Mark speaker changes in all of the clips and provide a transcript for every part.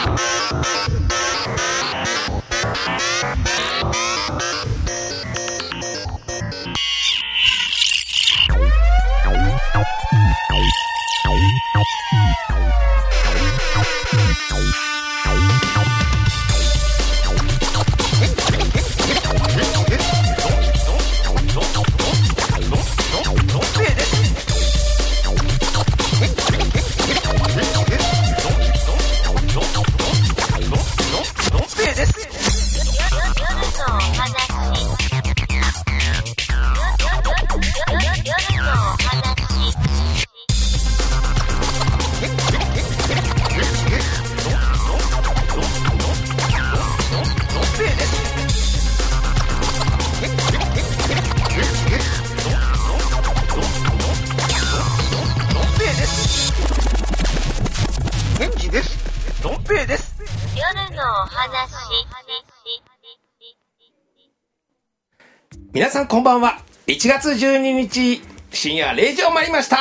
Speaker 1: 皆さんこんばんは。1月12日深夜0時を回りました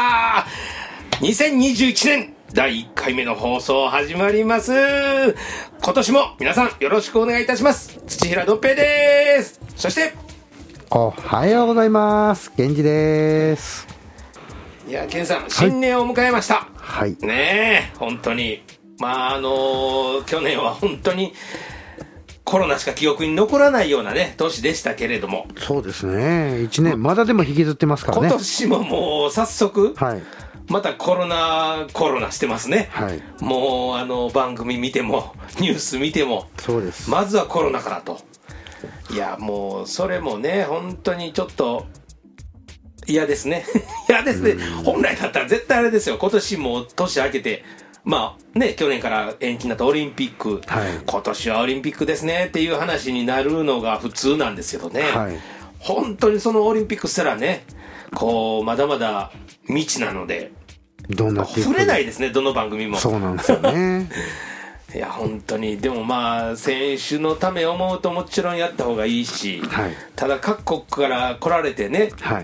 Speaker 1: 。2021年第1回目の放送始まります。今年も皆さんよろしくお願いいたします。土平どっぺいです。そして
Speaker 2: おはようございます。源氏です。
Speaker 1: いや、健さん新年を迎えました。
Speaker 2: はい。
Speaker 1: ねえ、本当に去年は本当にコロナしか記憶に残らないようなね年でしたけれども。
Speaker 2: そうですね。1年まだでも引きずってますからね。
Speaker 1: 今年ももう早速、
Speaker 2: はい、
Speaker 1: またコロナしてますね。
Speaker 2: はい、
Speaker 1: もう番組見てもニュース見ても
Speaker 2: そうです。
Speaker 1: まずはコロナからと。いや、もうそれもね本当にちょっと嫌ですね嫌ですね。本来だったら絶対あれですよ。今年も年明けて去年から延期になったオリンピック、
Speaker 2: はい、
Speaker 1: 今年はオリンピックですねっていう話になるのが普通なんですけどね、
Speaker 2: はい、
Speaker 1: 本当にそのオリンピックしたらねまだまだ未知なので
Speaker 2: どんな
Speaker 1: 触れないですね、どの番組も。
Speaker 2: そうなんですよね
Speaker 1: いや本当に。でも選手のため思うともちろんやった方がいいし、
Speaker 2: はい、
Speaker 1: ただ各国から来られてね、
Speaker 2: はい、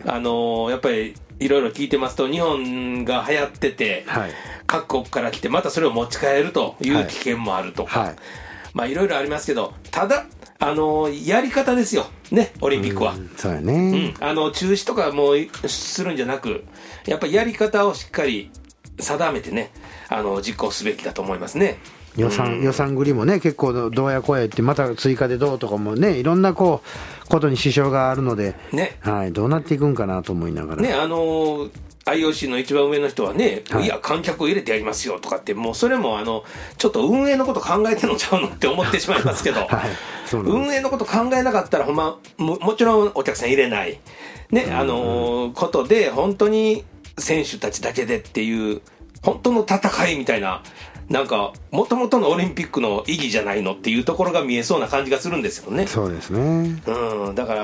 Speaker 1: やっぱりいろいろ聞いてますと日本が流行ってて、
Speaker 2: はい、
Speaker 1: 各国から来てまたそれを持ち帰るという危険もあるとか、はい、いろいろありますけど、ただやり方ですよね、オリンピックは。
Speaker 2: そうやね、
Speaker 1: 中止とかもするんじゃなく、やっぱりやり方をしっかり定めてね実行すべきだと思いますね。
Speaker 2: 予算繰りもね結構どうやこうやってまた追加でどうとかもね、いろんなことに支障があるので、ね、はい、どうなっていくんかなと思いながらね。
Speaker 1: IOC の一番上の人はね、はい、いや観客を入れてやりますよとかって、もうそれもちょっと運営のこと考えてんのちゃうのって思ってしまいますけど、はい、運営のこと考えなかったらもちろんお客さん入れないね、ことで本当に選手たちだけでっていう本当の戦いみたいな、なんか元々のオリンピックの意義じゃないのっていうところが見えそうな感じがするんですよね。
Speaker 2: そうですね。
Speaker 1: だから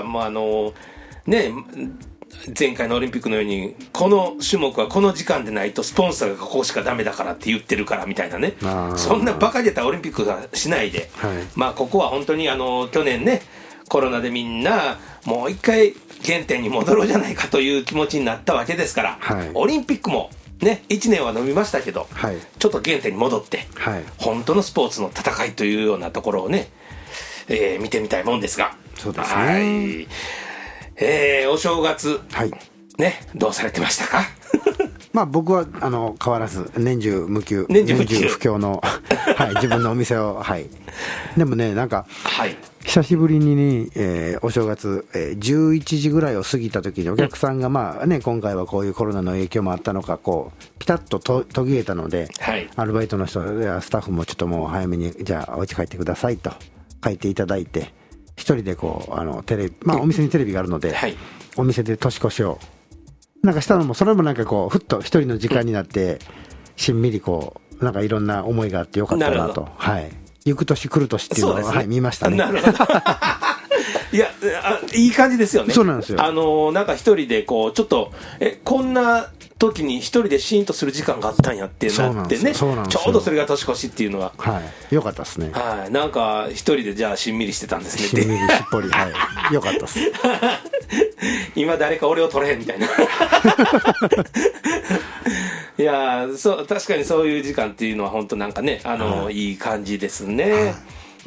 Speaker 1: 前回のオリンピックのようにこの種目はこの時間でないとスポンサーがここしかダメだからって言ってるからみたいなね、そんなバカげたオリンピックがしないで、はい、ここは本当に去年ねコロナでみんなもう一回原点に戻ろうじゃないかという気持ちになったわけですから、はい、オリンピックもね、1年は伸びましたけど、はい、ちょっと原点に戻って、はい、本当のスポーツの戦いというようなところをね、見てみたいもんですが。
Speaker 2: そうですね。
Speaker 1: はい、お正月、
Speaker 2: はい、
Speaker 1: ね、どうされてましたか？
Speaker 2: 僕は変わらず年中無休不況の、はい、自分のお店を、はい、でもねなんか、はい、久しぶりに、お正月、11時ぐらいを過ぎた時にお客さんが今回はこういうコロナの影響もあったのかピタッと途切れたので、はい、アルバイトの人やスタッフもちょっともう早めにじゃあお家帰ってくださいと書いていただいて、一人でテレビ、お店にテレビがあるので、はい、お店で年越しをなんかしたのも、それもなんかふっと一人の時間になって、しんみりなんかいろんな思いがあってよかったなと、はい、行く年来る年っていうのを、はい、見ましたね。
Speaker 1: なるほどいやいい感じですよね。
Speaker 2: そうなんですよ。
Speaker 1: なんか一人でちょっとこんな時に一人でシーンとする時間があったんやってなってね、ちょうどそれが年越しっていうのが、
Speaker 2: はい、よかったですね。
Speaker 1: はい、なんか一人でじゃあしんみりしてたんですね。
Speaker 2: しんみりしっぽり、はい、よかったです
Speaker 1: 今誰か俺を取れへんみたいないやそう確かにそういう時間っていうのは本当なんかねいい感じですね。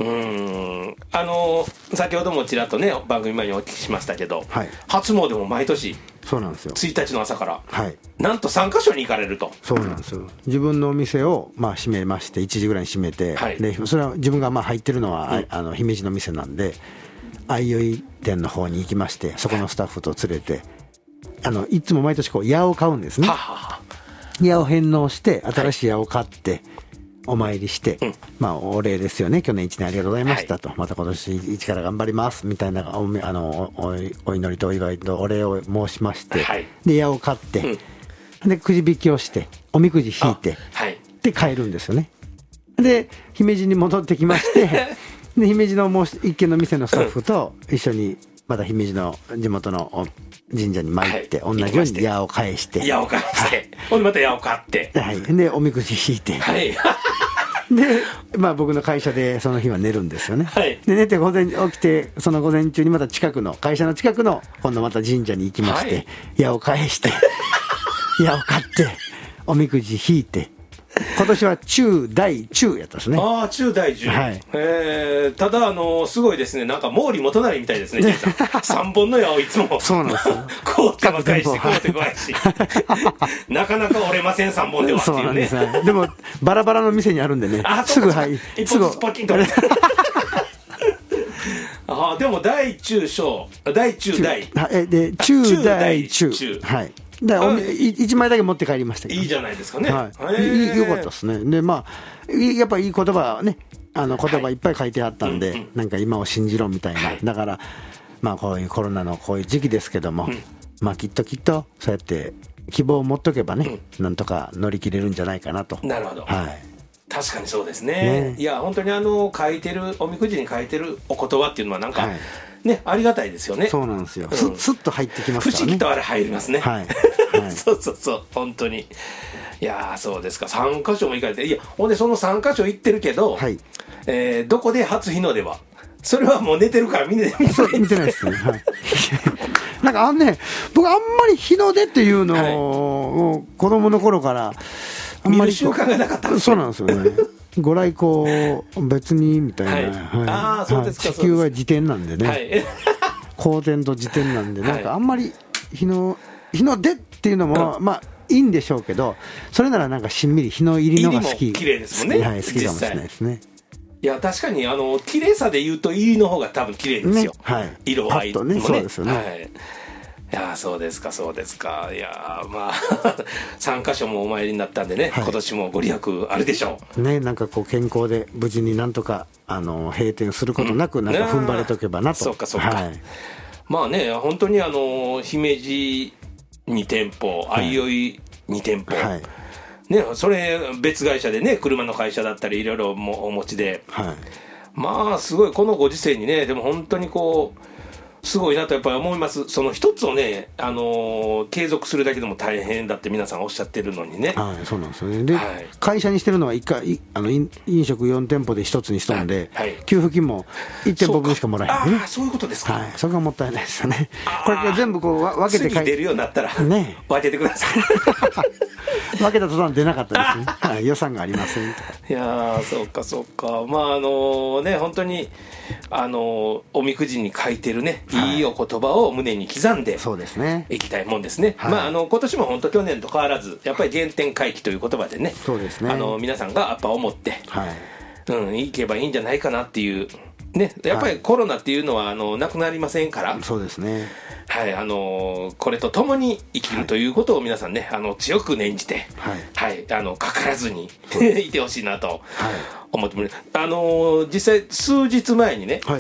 Speaker 1: 先ほどもちらっとね番組前にお聞きしましたけど、はい、初詣も毎年
Speaker 2: そうなんですよ
Speaker 1: 1日の朝から、
Speaker 2: はい、
Speaker 1: なんと3カ所に行かれると。
Speaker 2: そうなんですよ。自分のお店を閉めまして1時ぐらいに閉めて、はい、でそれは自分が入ってるのは、姫路の店なんで相生店の方に行きまして、そこのスタッフと連れていつも毎年こう矢を買うんですね。矢を返納して新しい矢を買って、はい、お参りして、お礼ですよね、去年1年ありがとうございましたと、はい、また今年一から頑張りますみたいな お祈りとお祝いとお礼を申しまして、はい、で矢を買って、でくじ引きをしておみくじ引いて、はい、で帰るんですよね。で姫路に戻ってきましてで姫路のもう一軒の店のスタッフと一緒にまた姫路の地元の神社に参って、はい、同じように矢を返して
Speaker 1: ほんでまた矢を買って、
Speaker 2: はい、でおみくじ引いて、はい、で、僕の会社でその日は寝るんですよね、はい、で寝て午前起きてその午前中にまた会社の近くの今度また神社に行きまして、はい、矢を返して矢を買っておみくじ引いて、今年は中大中やったですね。
Speaker 1: ああ中大中、はい、ただすごいですね、なんか毛利元就みたいですね3本の矢をいつも
Speaker 2: そうなんですよ
Speaker 1: こうっても返してこうってこないしなかなか折れません3本ではっていうね。
Speaker 2: そうなんです、ね、でもバラバラの店にあるんでねすぐ
Speaker 1: 一本ずつポキンとでも大中小大中大
Speaker 2: で中大中はい1枚だけ持って帰りましたけど、
Speaker 1: いいじゃないですかね、
Speaker 2: はい、よかったですね。でやっぱりいい言葉ね言葉いっぱい書いてあったんで、なんか今を信じろみたいな、だからこういうコロナのこういう時期ですけども、きっとそうやって希望を持っとけばね、なんとか乗り切れるんじゃないかなと。
Speaker 1: なるほど、
Speaker 2: はい、
Speaker 1: 確かにそうですね。いや本当に書いてるおみくじに書いてるお言葉っていうのはなんか、はいね、ありがたいですよね。
Speaker 2: そうなんですよ、スッと入ってきますからね。
Speaker 1: 不思議とあれ入りますね、
Speaker 2: はいはい、
Speaker 1: そう本当に。いやそうですか、3カ所も行かれて、いやほんでその3カ所行ってるけど、はいどこで初日の出はそれはもう寝てるから見てない
Speaker 2: ですね、はい、なんか僕あんまり日の出っていうのを、子供の頃からあんまり
Speaker 1: 見る習慣がなかったんです。
Speaker 2: そうなんですよねご来光別にみたいな、
Speaker 1: そうですか。
Speaker 2: 地球は自転なんでね、はい、公転と自転なんで、なんかあんまり日の出っていうのもいいんでしょうけど、それならなんかしんみり日の入りのが好き。
Speaker 1: 綺麗ですもんね。
Speaker 2: はい、好きかもしれないですね。
Speaker 1: いや確かに綺麗さで言うと入りの方が多分綺麗ですよ、
Speaker 2: ね、はい、
Speaker 1: 色合いもね。
Speaker 2: そうですよね、
Speaker 1: はい、いやそうですか。いや3カ所もお参りになったんでね、はい、今年もご利益あるでしょう
Speaker 2: ね。なんかこう健康で無事になんとか閉店することなく、なんか踏ん張れとけばなと。
Speaker 1: そうか、
Speaker 2: はい、
Speaker 1: 本当に姫路2店舗、相生2店舗、はいね、それ別会社でね、車の会社だったりいろいろもお持ちで、はい、すごいこのご時世にね、でも本当にこうすごいなとやっぱり思います。その一つをね、継続するだけでも大変だって皆さんおっしゃってるのにね。
Speaker 2: はい、そうなんですよね。で、はい、会社にしてるのは飲食4店舗で1つにしとんで、はい、給付金も1店舗分しかもらえない、ね。
Speaker 1: そういうことですか。
Speaker 2: はい、それがもったいないですよね。これ全部こう分けて
Speaker 1: 次出るようになったら、ね、分けてください。
Speaker 2: 分けた途端出なかったですね。はい、予算がありませんとか。
Speaker 1: いやそうか。ね、本当におみくじに書いてるね、いいお言葉を胸に刻んでいきたいもんですね。はい、今年も本当去年と変わらずやっぱり原点回帰という言葉でね、
Speaker 2: そうですね、
Speaker 1: 皆さんがやっぱ思って、はい、いけばいいんじゃないかなっていうね。やっぱりコロナっていうのはなくなりませんから、
Speaker 2: そうですね、
Speaker 1: はい、これとともに生きるということを皆さんね、強く念じて、はい、かからずにいてほしいなと思ってもら実際数日前にね、はい、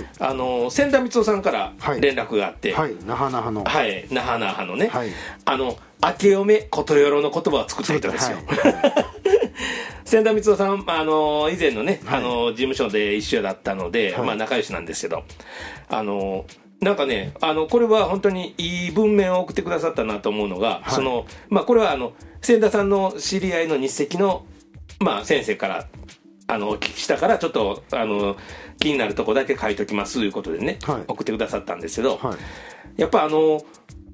Speaker 1: 千田光雄さんから連絡があって、
Speaker 2: はい、那覇の
Speaker 1: はい、那覇のね、はい、明けおめことよろの言葉を作ってくれたんですよ、はいはい千田光雄さん、以前のね、はい、事務所で一緒だったので、はい、仲良しなんですけど、なんかね、これは本当にいい文面を送ってくださったなと思うのが、はい、これは千田さんの知り合いの日赤の、先生からお聞きしたから、ちょっと気になるとこだけ書いときますということでね、はい、送ってくださったんですけど、はい、やっぱ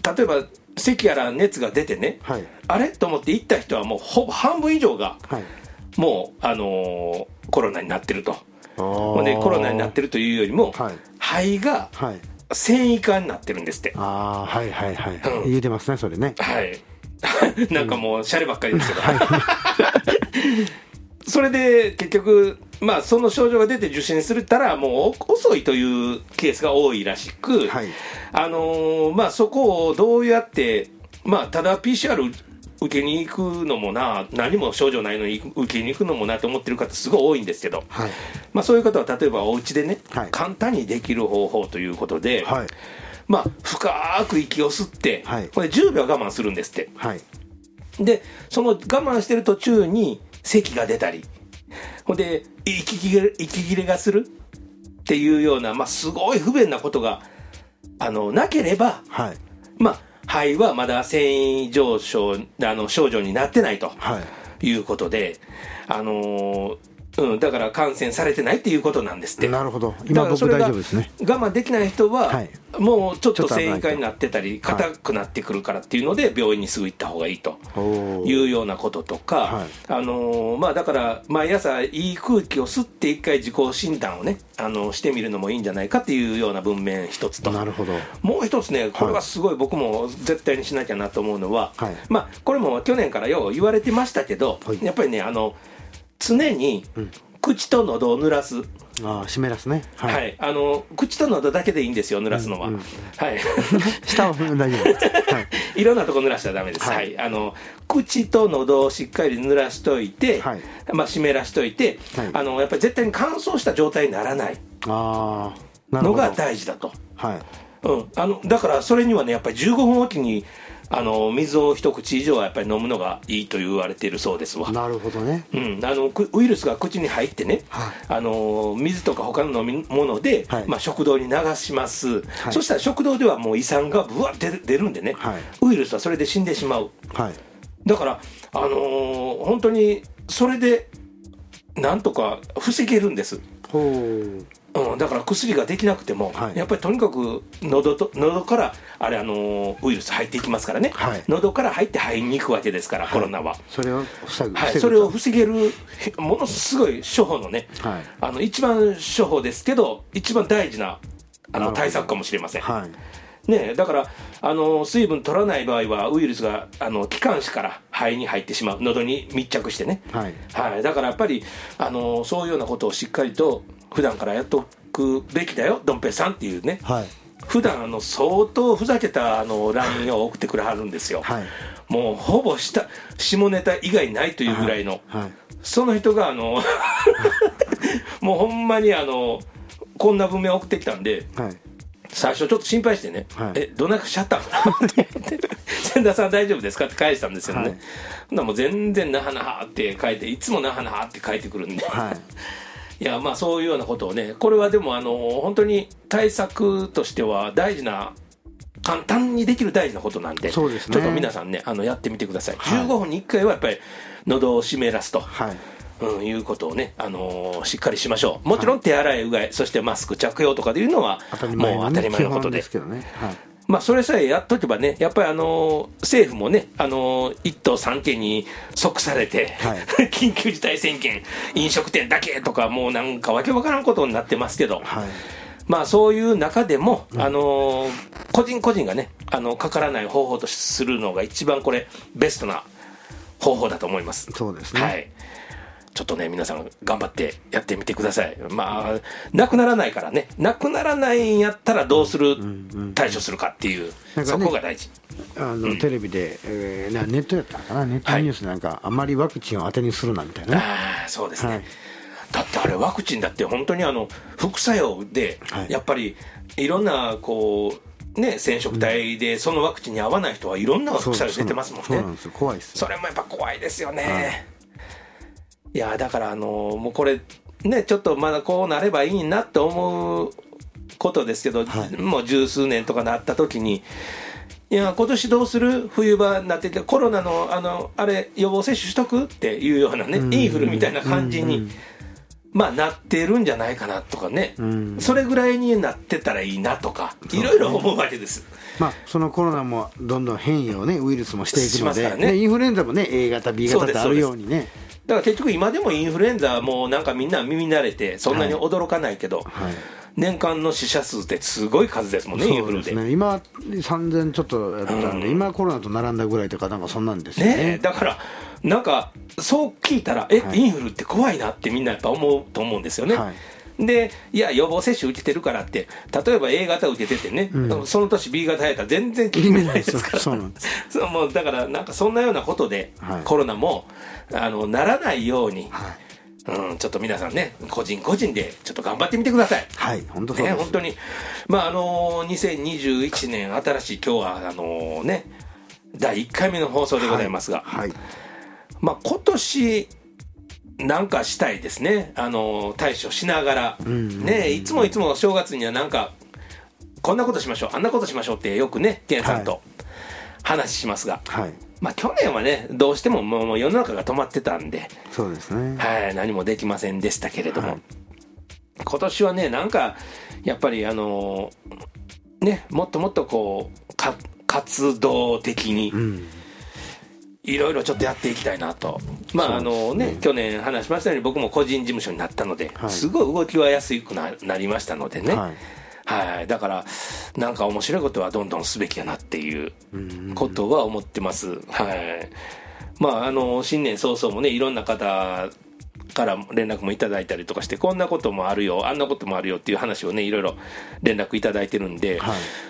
Speaker 1: 例えば咳やら熱が出てね、はい、あれと思って行った人はもうほぼ半分以上が、はい、もう、コロナになってると。でコロナになってるというよりも、はい、肺が繊維化になってるんですって。
Speaker 2: ああ、はいはいはい、うん、言うてますねそれね。
Speaker 1: はいなんかもうシャレばっかりですけど、はいそれで結局、まあ、その症状が出て受診するったらもう遅いというケースが多いらしく、はい、まあ、そこをどうやって、まあ、ただ PCR 受けに行くのもな、何も症状ないのに受けに行くのもなと思ってる方すごい多いんですけど、はい、まあ、そういう方は例えばお家でね、はい、簡単にできる方法ということで、はい、まあ、深く息を吸って、はい、これ10秒我慢するんですって、はい、でその我慢してる途中に咳が出たり、ほんで息切れがするっていうような、まあ、すごい不便なことがなければ、はい、まあ、肺はまだ繊維上昇症状になってないということで、だから感染されてないっていうことなんですって。
Speaker 2: なるほど、今僕大丈夫ですね。
Speaker 1: 我慢できない人は、はい、もうちょっと繊維化になってたり硬くなってくるからっていうので病院にすぐ行った方がいいというようなこととか、はい、まあ、だから毎朝いい空気を吸って一回自己診断をねしてみるのもいいんじゃないかっていうような文面一つと。
Speaker 2: なるほど。
Speaker 1: もう一つね、これはすごい僕も絶対にしなきゃなと思うのは、はい、まあ、これも去年からよう言われてましたけど、はい、やっぱりね常に口と喉を濡らす、
Speaker 2: ああ、湿らすね、
Speaker 1: はい、はい、口と喉だけでいいんですよ、濡らすのは、うんうん、はい
Speaker 2: 下は大丈夫です、はい、
Speaker 1: いろんなとこ濡らしたらダメです、はい、はい、口と喉をしっかり濡らしといて、はい、まあ、湿らしといて、はい、やっぱり絶対に乾燥した状態にならないのが大事だと、はい、うん、だからそれにはね、やっぱり15分おきに水を一口以上はやっぱり飲むのがいいと言われているそうですわ。
Speaker 2: なるほどね、
Speaker 1: うん、ウイルスが口に入ってね、はい、水とか他の飲み物で、はい、まあ、食道に流します、はい、そしたら食道ではもう胃酸がブワッて出るんでね、はい、ウイルスはそれで死んでしまう、はい、だから、本当にそれでなんとか防げるんです。ほう、うん、だから薬ができなくても、はい、やっぱりとにかく喉からウイルス入っていきますからね、はい、喉から入って肺に行くわけですから、はい、コロナは
Speaker 2: それを防ぐ、
Speaker 1: はい、それを防げるものすごい処方のね、はい、一番処方ですけど一番大事な対策かもしれません、はいね、だから水分取らない場合はウイルスが気管支から肺に入ってしまう、喉に密着してね、はいはい、だからやっぱりそういうようなことをしっかりと普段からやっとくべきだよドンペイさんっていうね、はい、普段相当ふざけたLINE を送ってくれはるんですよ、はい、もうほぼ下ネタ以外ないというぐらいの、はいはい、その人がもうほんまにこんな文面を送ってきたんで、はい、最初ちょっと心配してね、はい、どんなしちゃったのって言って千田さん大丈夫ですかって返したんですよね、はい、もう全然なはなはって書いて、いつもなはなはって書いてくるんで、はいいや、まあそういうようなことをね、これはでも本当に対策としては大事な、簡単にできる大事なことなんで、そうですね、ちょっと皆さんねやってみてください、はい、15分に1回はやっぱり喉を湿らすと、はいうん、いうことをね、しっかりしましょう。もちろん手洗い、うがい、そしてマスク着用とかでいうのはもう当たり前のことで、まあ、それさえやっとけばね、やっぱり政府もね1都3県に即されて、はい、緊急事態宣言飲食店だけとかもうなんかわけわからんことになってますけど、はい、まあそういう中でも、個人個人がねかからない方法とするのが一番これベストな方法だと思います。
Speaker 2: そうですね、はい、
Speaker 1: ちょっとね皆さん頑張ってやってみてください。まあなくならないからね、なくならないんやったらどうする、対処するかっていう、ね、そこが大事。
Speaker 2: テレビで、ネットやったかな、ネットニュースなんか、はい、あまりワクチンを当てにするなみたいな、
Speaker 1: あそうですね、はい、だってあれワクチンだって本当に副作用で、はい、やっぱりいろんなこうね、染色体でそのワクチンに合わない人はいろんな副作用出てますもんね。
Speaker 2: そうなんですよ、怖いです。
Speaker 1: それもやっぱ怖いですよね、はい、いやだからもうこれねちょっとまだこうなればいいなと思うことですけど、はい、もう十数年とかなった時に、いや今年どうする、冬場になっててコロナのあれ予防接種しとくっていうようなね、インフルみたいな感じにまあなってるんじゃないかなとかね、それぐらいになってたらいいなとかいろいろ思うわけです。
Speaker 2: そのコロナもどんどん変異をね、ウイルスもしていくので、ね、インフルエンザもね A 型 B 型ってあるようにね。
Speaker 1: だから結局今でもインフルエンザはもうなんかみんな耳慣れてそんなに驚かないけど、年間の死者数ってすごい数ですもんね、インフルで。
Speaker 2: 今3000ちょっとやったんで、今コロナと並んだぐらいとかなんかそんなんですよね。
Speaker 1: だからなんかそう聞いたらインフルって怖いなってみんなやっぱ思うと思うんですよね。でいや予防接種受けてるからって例えば A 型受けててね、その年 B 型やったら全然効き目ないですから。そうなんですそうもうだからなんかそんなようなことで、コロナもならないように、ちょっと皆さんね個人個人でちょっと頑張ってみてください。
Speaker 2: 本当そうです。
Speaker 1: 本当に2021年新しい今日はね第1回目の放送でございますが、今年なんかしたいですね。対処しながら、ね、いつも正月にはなんかこんなことしましょうあんなことしましょうってよくねケンさんと話しますが、去年はねどうしてももう世の中が止まってたんで、
Speaker 2: そうですね、
Speaker 1: 何もできませんでしたけれども、今年はねなんかやっぱりねもっともっとこう活動的に、いろいろちょっとやっていきたいなと。去年話しましたように僕も個人事務所になったので、すごい動きは安く なりましたのでね、だからなんか面白いことはどんどんすべきやなっていうことは思ってます。新年早々もねいろんな方から連絡もいただいたりとかして、こんなこともあるよあんなこともあるよっていう話をねいろいろ連絡いただいてるんで、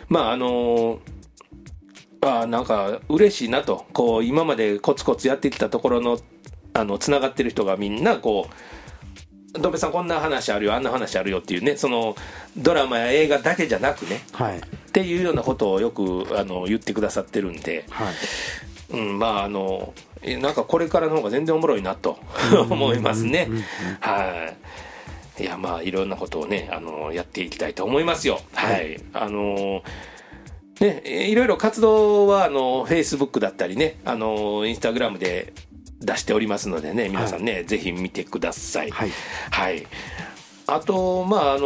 Speaker 1: なんか嬉しいなと。こう今までコツコツやってきたところのつながってる人がみんなこうドベさんこんな話あるよあんな話あるよっていうね、そのドラマや映画だけじゃなくね、っていうようなことをよく言ってくださってるんで、なんかこれからの方が全然おもろいなと思いますね。いやいろんなことをねやっていきたいと思いますよ。いろいろ活動はFacebook だったりねInstagram で出しておりますのでね、皆さんね、ぜひ見てください。あと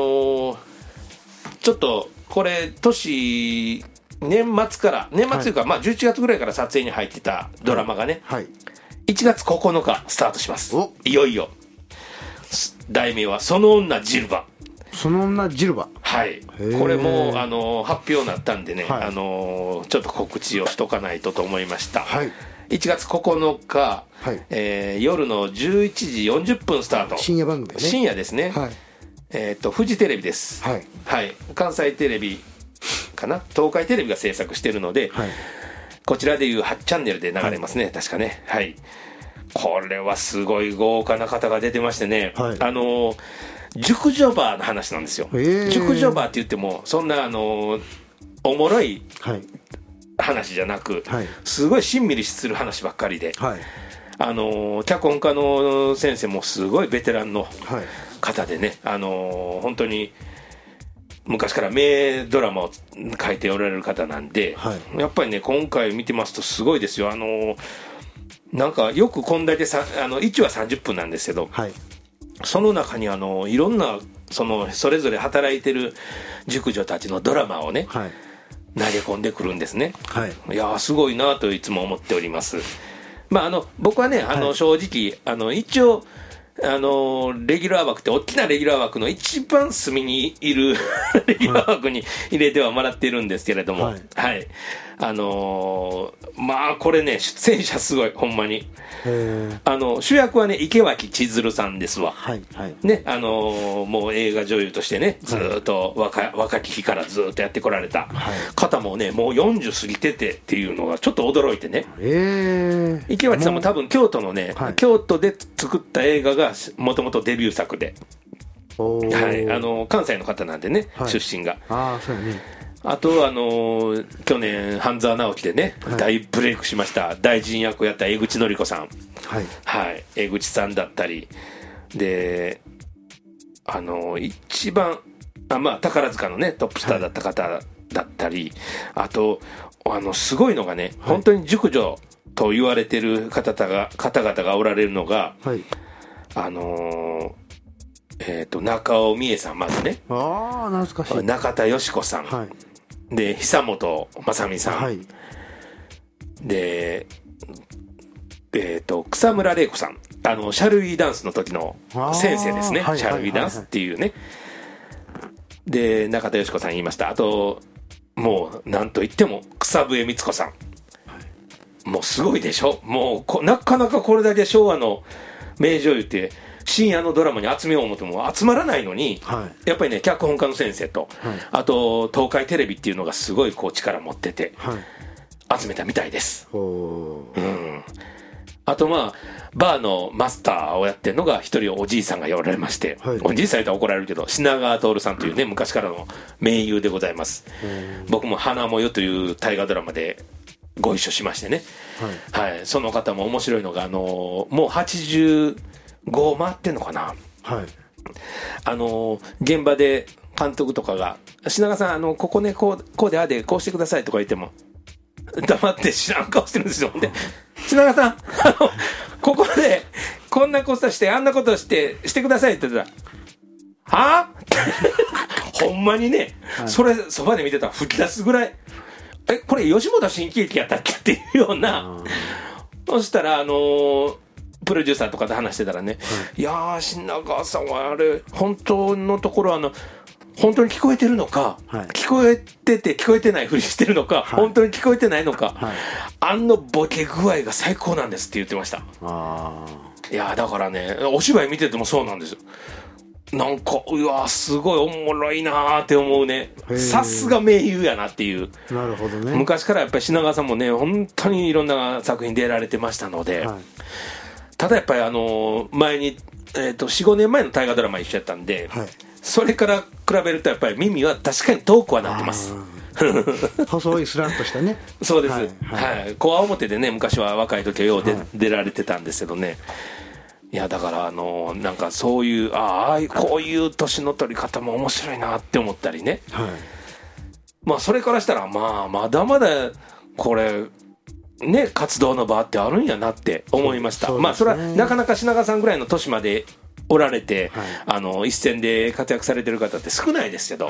Speaker 1: ちょっとこれ年末というか、11月ぐらいから撮影に入ってたドラマがね、1月9日スタートします。いよいよ題名はその女ジルバ。
Speaker 2: その女ジルバ、
Speaker 1: これも発表になったんでね、ちょっと告知をしとかないとと思いました。1月9日、夜の11時40分スタート。
Speaker 2: 深夜番組ですね。
Speaker 1: 深夜ですね。フジテレビです。関西テレビかな、東海テレビが制作してるので、こちらでいう8チャンネルで流れますね、確かね。これはすごい豪華な方が出てましてね、熟女バーの話なんですよ。熟女バーって言ってもそんなおもろい話じゃなく、すごいしんみりする話ばっかりで、脚本家の先生もすごいベテランの方でね、本当に昔から名ドラマを書いておられる方なんで、やっぱりね今回見てますとすごいですよ。なんかよくこんだけ1話30分なんですけど、その中にいろんなそれぞれ働いてる熟女たちのドラマをね、投げ込んでくるんですね。いやすごいなといつも思っております。僕はね正直一応レギュラー枠って大きなレギュラー枠の一番隅にいるレギュラー枠に入れてはもらっているんですけれども、これね出演者すごいほんまに。主役はね池脇千鶴さんですわ。ね、もう映画女優としてねずっと若き日からずっとやってこられた方もねもう40過ぎててっていうのがちょっと驚いてね。池脇さんも多分京都のね、京都で作った映画がもともとデビュー作で、関西の方なんでね、出身が。あと去年半沢直樹でね、大ブレイクしました大臣役をやった江口のり子さん、江口さんだったりで、一番宝塚のねトップスターだった方だったり、あとすごいのがね、本当に熟女と言われてる方々がおられるのが、中尾美恵さん、まずね、
Speaker 2: 懐かしい。
Speaker 1: 中田喜子さん、 で久本雅美さん、はい、で草村玲子さん、シャルウィーダンスの時の先生ですね、シャルウィーダンスっていうね。で中田喜子さん言いました。あともうなんといっても草笛光子さん、はい、もうすごいでしょ。もうなかなかこれだけ昭和の名女優って深夜のドラマに集めよう思っても集まらないのに、はい、やっぱりね脚本家の先生と、はい、あと東海テレビっていうのがすごいこう力持ってて、はい、集めたみたいです。あとまあバーのマスターをやってるのが一人おじいさんがおられまして、はい、おじいさん言ったら怒られるけど品川徹さんというね昔からの名優でございます。僕も花もよという大河ドラマでご一緒しましてね、はいはい、その方も面白いのがもう85回ってんのかな、はい、現場で監督とかが品川さんここねこうでああでこうしてくださいとか言っても黙って知らん顔してるんですよ。で品川さんここでこんなことしてあんなことしてくださいって言ったらはぁほんまにね、はい、それそばで見てたら吹き出すぐらいこれ吉本新喜劇やったっけっていうような。そしたらプロデューサーとかで話してたらね、はい、いやー品川さんはあれ本当のところ本当に聞こえてるのか、はい、聞こえてて聞こえてないふりしてるのか、はい、本当に聞こえてないのか、はい、ボケ具合が最高なんですって言ってました。いやだからねお芝居見ててもそうなんですよ。なんかうわすごいおもろいなって思うね。さすが名優やなっていう。なるほどね。昔からやっぱり品川さんもね本当にいろんな作品出られてましたので、はい、ただやっぱり前に、4、5年前の大河ドラマ一緒やったんで、はい、それから比べるとやっぱり耳は確かに遠くはなってます。
Speaker 2: 細いスランとしたね。
Speaker 1: そうです、はいはい、こう表でね昔は若い時はよう出られてたんですけどね。いやだからなんかそういうこういう年の取り方も面白いなって思ったりね、はい、まあそれからしたらまだまだこれね活動の場ってあるんやなって思いました。まあそれはなかなか品川さんぐらいの年までおられて、はい、一線で活躍されてる方って少ないですけど、はい、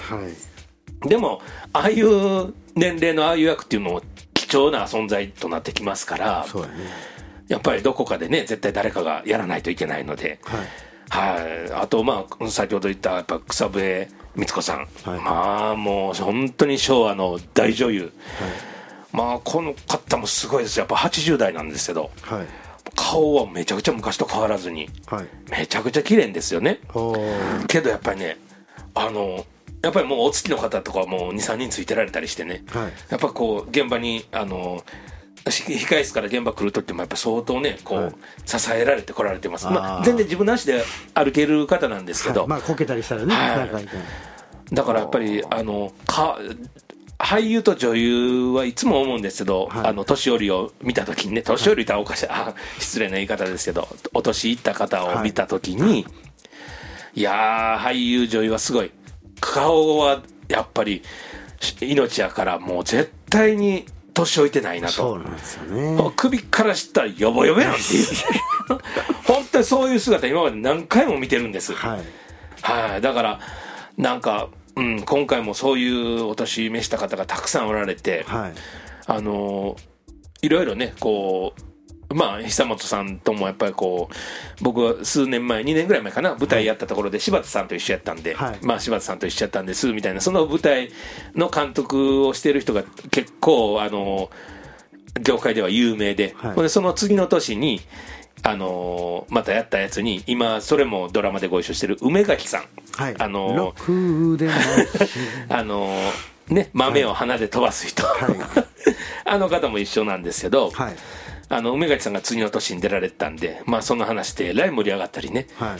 Speaker 1: でもああいう年齢のああいう役っていうのも貴重な存在となってきますから、そうだね、やっぱりどこかでね絶対誰かがやらないといけないので、はいはい、あとまあ先ほど言ったやっぱ草笛光子さん、はい、まあもう本当に昭和の大女優、はい、まあこの方もすごいですよ。やっぱ80代なんですけど、はい、顔はめちゃくちゃ昔と変わらずに、はい、めちゃくちゃ綺麗ですよね。けどやっぱりねやっぱりもうお付きの方とかもう 2,3 人ついてられたりしてね、はい、やっぱこう現場に控室から現場来るときもやっぱ相当ねこう、はい、支えられて来られてます。まあ、全然自分の足で歩ける方なんですけど、はい、
Speaker 2: まあこけたりしたらね、はい、
Speaker 1: だからやっぱり俳優と女優はいつも思うんですけど、はい、年寄りを見たときにね、年寄りとはおかしい、失礼な言い方ですけどお年いった方を見たときに、はい、いや俳優女優はすごい顔はやっぱり命やからもう絶対に年老いてないなと。
Speaker 2: そうなんですよね。
Speaker 1: 首からしたらヨボヨボやんっていう本当にそういう姿今まで何回も見てるんです。はい、はい、だからなんか、今回もそういうお年召した方がたくさんおられて、はい、いろいろねこうまあ久本さんともやっぱりこう僕は数年前2年ぐらい前かな舞台やったところで柴田さんと一緒やったんで、はい、まあ柴田さんと一緒やったんですみたいな、その舞台の監督をしている人が結構業界では有名で、はい、でその次の年にまたやったやつに今それもドラマでご一緒してる梅垣さん、はい、ね、豆を鼻で飛ばす人、はい、あの方も一緒なんですけど、はい、梅垣さんが次の年に出られてたんで、まあその話でえらい盛り上がったりね、はい、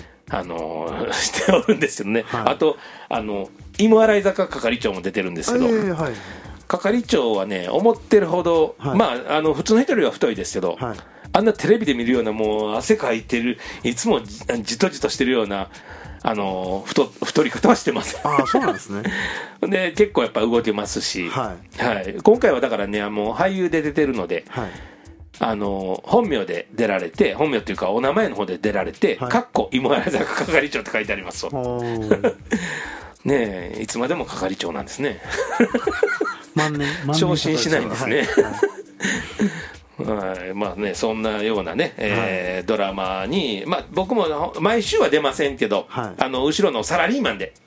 Speaker 1: しておるんですけどね、はい、あと芋洗坂係長も出てるんですけど、はい、係長はね思ってるほど、はい、まあ普通の人よりは太いですけど、はい、あんなテレビで見るようなもう汗かいてるいつもじとじとしてるような太り方はしてます。
Speaker 2: そうなんですね。
Speaker 1: で結構やっぱ動けますし、はいはい、今回はだからね俳優で出てるので、はい、本名で出られて、本名っていうかお名前の方で出られて、はい、かっこ芋洗坂係長って書いてありますねえいつまでも係長なんですね。 昇進しないんですね。はい、まあね、そんなようなね、ドラマに、まあ、僕も毎週は出ませんけど、後ろのサラリーマンで、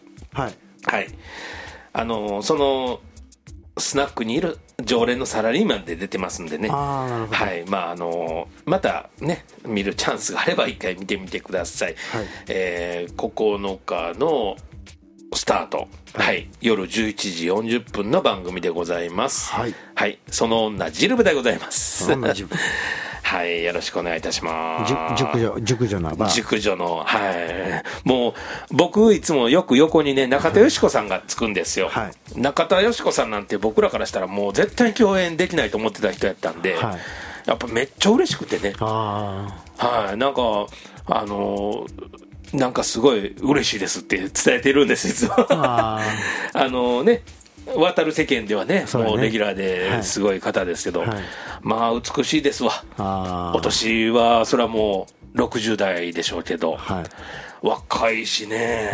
Speaker 1: そのスナックにいる常連のサラリーマンで出てますんでね、ままたね見るチャンスがあれば一回見てみてください。9日のスタート、夜11時40分の番組でございます。その女ジルブでございます。はい、よろしくお願いいたします。
Speaker 2: 熟女のバー。
Speaker 1: 熟女の、もう僕いつもよく横にね中田喜子さんがつくんですよ。中田喜子さんなんて僕らからしたらもう絶対共演できないと思ってた人やったんで、やっぱめっちゃ嬉しくてね。なんかすごい嬉しいですって伝えてるんです、いつも。渡る世間ではね、もうレギュラーですごい方ですけど、まあ美しいですわ。お年はそれはもう60代でしょうけど、若いしね。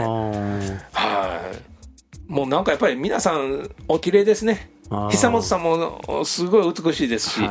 Speaker 1: もうなんかやっぱり皆さんお綺麗ですね。久本さんもすごい美しいですし、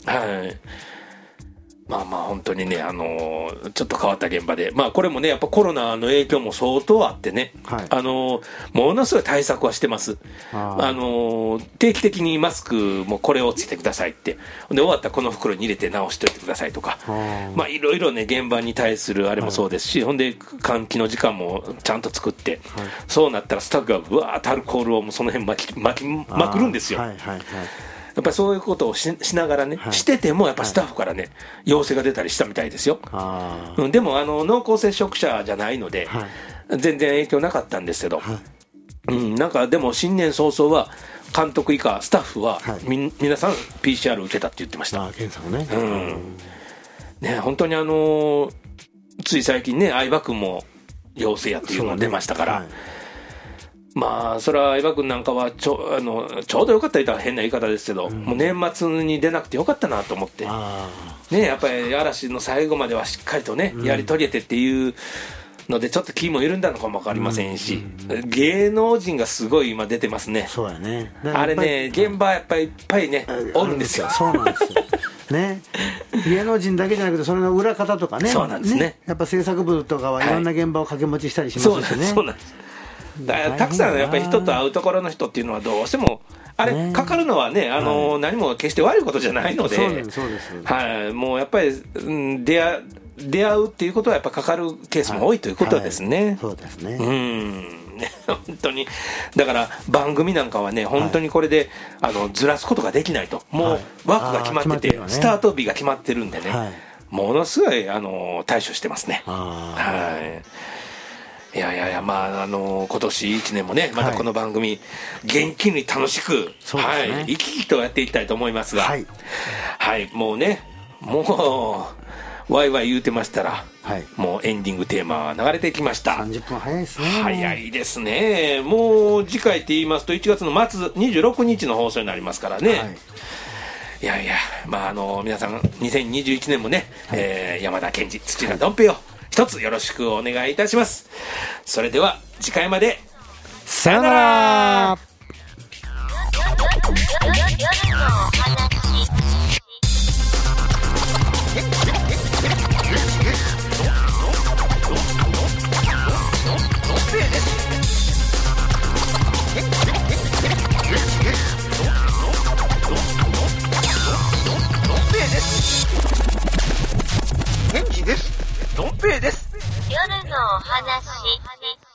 Speaker 1: まあ本当にね、ちょっと変わった現場で、まあこれもねやっぱコロナの影響も相当あってね、ものすごい対策はしてます。定期的にマスクもこれをつけてくださいって、で終わったらこの袋に入れて直しておいてくださいとか、まあいろいろね現場に対するあれもそうですし、ほんで換気の時間もちゃんと作って、そうなったらスタッフがうわーっとアルコールをもうその辺巻くるんですよ。やっぱりそういうことを しながらね、しててもやっぱスタッフからね、陽性が出たりしたみたいですよ。でも濃厚接触者じゃないので、全然影響なかったんですけど、なんかでも新年早々は監督以下スタッフは、皆さん PCR 受けたって言ってました。
Speaker 2: 検査もね。
Speaker 1: 本当につい最近ね相葉君も陽性やっていうのが出ましたから。まあそれは相葉君なんかはちょうどよかったら変な言い方ですけど、もう年末に出なくてよかったなと思って、やっぱり嵐の最後まではしっかりとね、やり遂げてっていうのでちょっと気も緩んだのかも分かりませんし、芸能人がすごい今出てますね。
Speaker 2: そうやね。
Speaker 1: あれね現場やっぱりいっぱいねおるんですよ。
Speaker 2: そうなんですよね、芸能人だけじゃなくてそれの裏方とかね。
Speaker 1: そうなんですね。
Speaker 2: やっぱ制作部とかはいろんな現場を掛け持ちしたりしますしね。
Speaker 1: そうなんです。たくさんやっぱり人と会うところの人っていうのはどうしてもあれかかるのはね、何も決して悪いことじゃないので、もうやっぱり、出会うっていうことはやっぱかかるケースも多いということですね。
Speaker 2: そうですね。
Speaker 1: 本当にだから番組なんかはね本当にこれでずらすことができないと、もう枠が決まってて、スタート日が決まってるんでね、ものすごい対処してますね。いやまあ今年1年もねまたこの番組、元気に楽しく、生き生きとやっていきたいと思いますが、もうねワイワイ言うてましたら、もうエンディングテーマが流れてきました。
Speaker 2: 30分早いですね。
Speaker 1: 早いですね。もう次回って言いますと1月の末26日の放送になりますからね。いやまあ皆さん2021年もね、山田賢治土田どん平を一つよろしくお願いいたします。それでは次回までさよなら。賢治です。どん兵衛です。夜のお話。